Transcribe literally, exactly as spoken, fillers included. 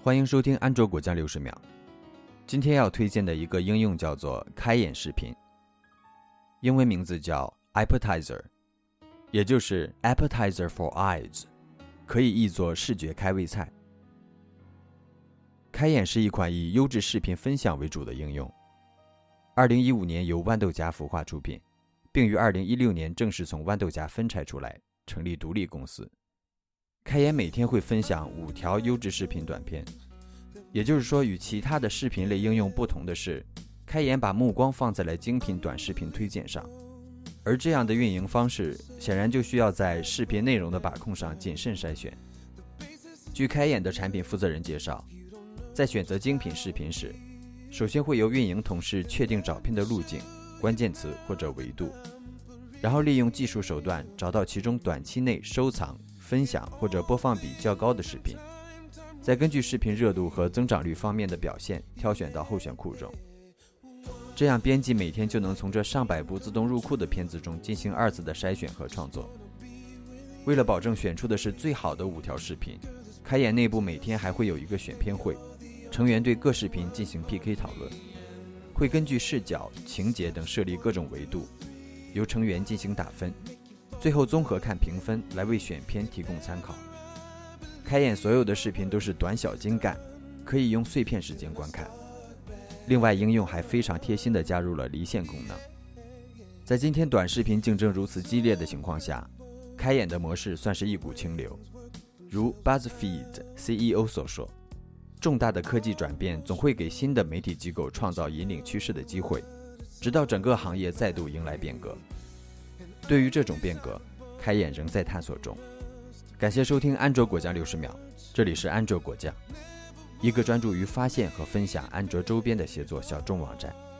欢迎收听安卓果酱六十秒。今天要推荐的一个应用叫做开眼视频，英文名字叫 Appetizer， 也就是 Appetizer for Eyes， 可以译作视觉开胃菜。开眼是一款以优质视频分享为主的应用。二零一五年由豌豆荚孵化出品，并于二零一六年正式从豌豆荚分拆出来，成立独立公司。开眼每天会分享五条优质视频短片，也就是说，与其他的视频类应用不同的是，开眼把目光放在了精品短视频推荐上，而这样的运营方式显然就需要在视频内容的把控上谨慎筛选。据开眼的产品负责人介绍，在选择精品视频时，首先会由运营同事确定找片的路径、关键词或者维度，然后利用技术手段找到其中短期内收藏、分享或者播放比较高的视频，再根据视频热度和增长率方面的表现挑选到候选库中。这样编辑每天就能从这上百部自动入库的片子中进行二次的筛选和创作。为了保证选出的是最好的五条视频，开眼内部每天还会有一个选片会，成员对各视频进行 P K 讨论，会根据视角、情节等设立各种维度，由成员进行打分，最后综合看评分来为选片提供参考。开眼所有的视频都是短小精干，可以用碎片时间观看。另外，应用还非常贴心地加入了离线功能。在今天短视频竞争如此激烈的情况下，开眼的模式算是一股清流。如 BuzzFeed C E O 所说，重大的科技转变总会给新的媒体机构创造引领趋势的机会，直到整个行业再度迎来变革。对于这种变革，开眼仍在探索中。感谢收听安卓果酱六十秒，这里是安卓果酱，一个专注于发现和分享安卓周边的协作小众网站。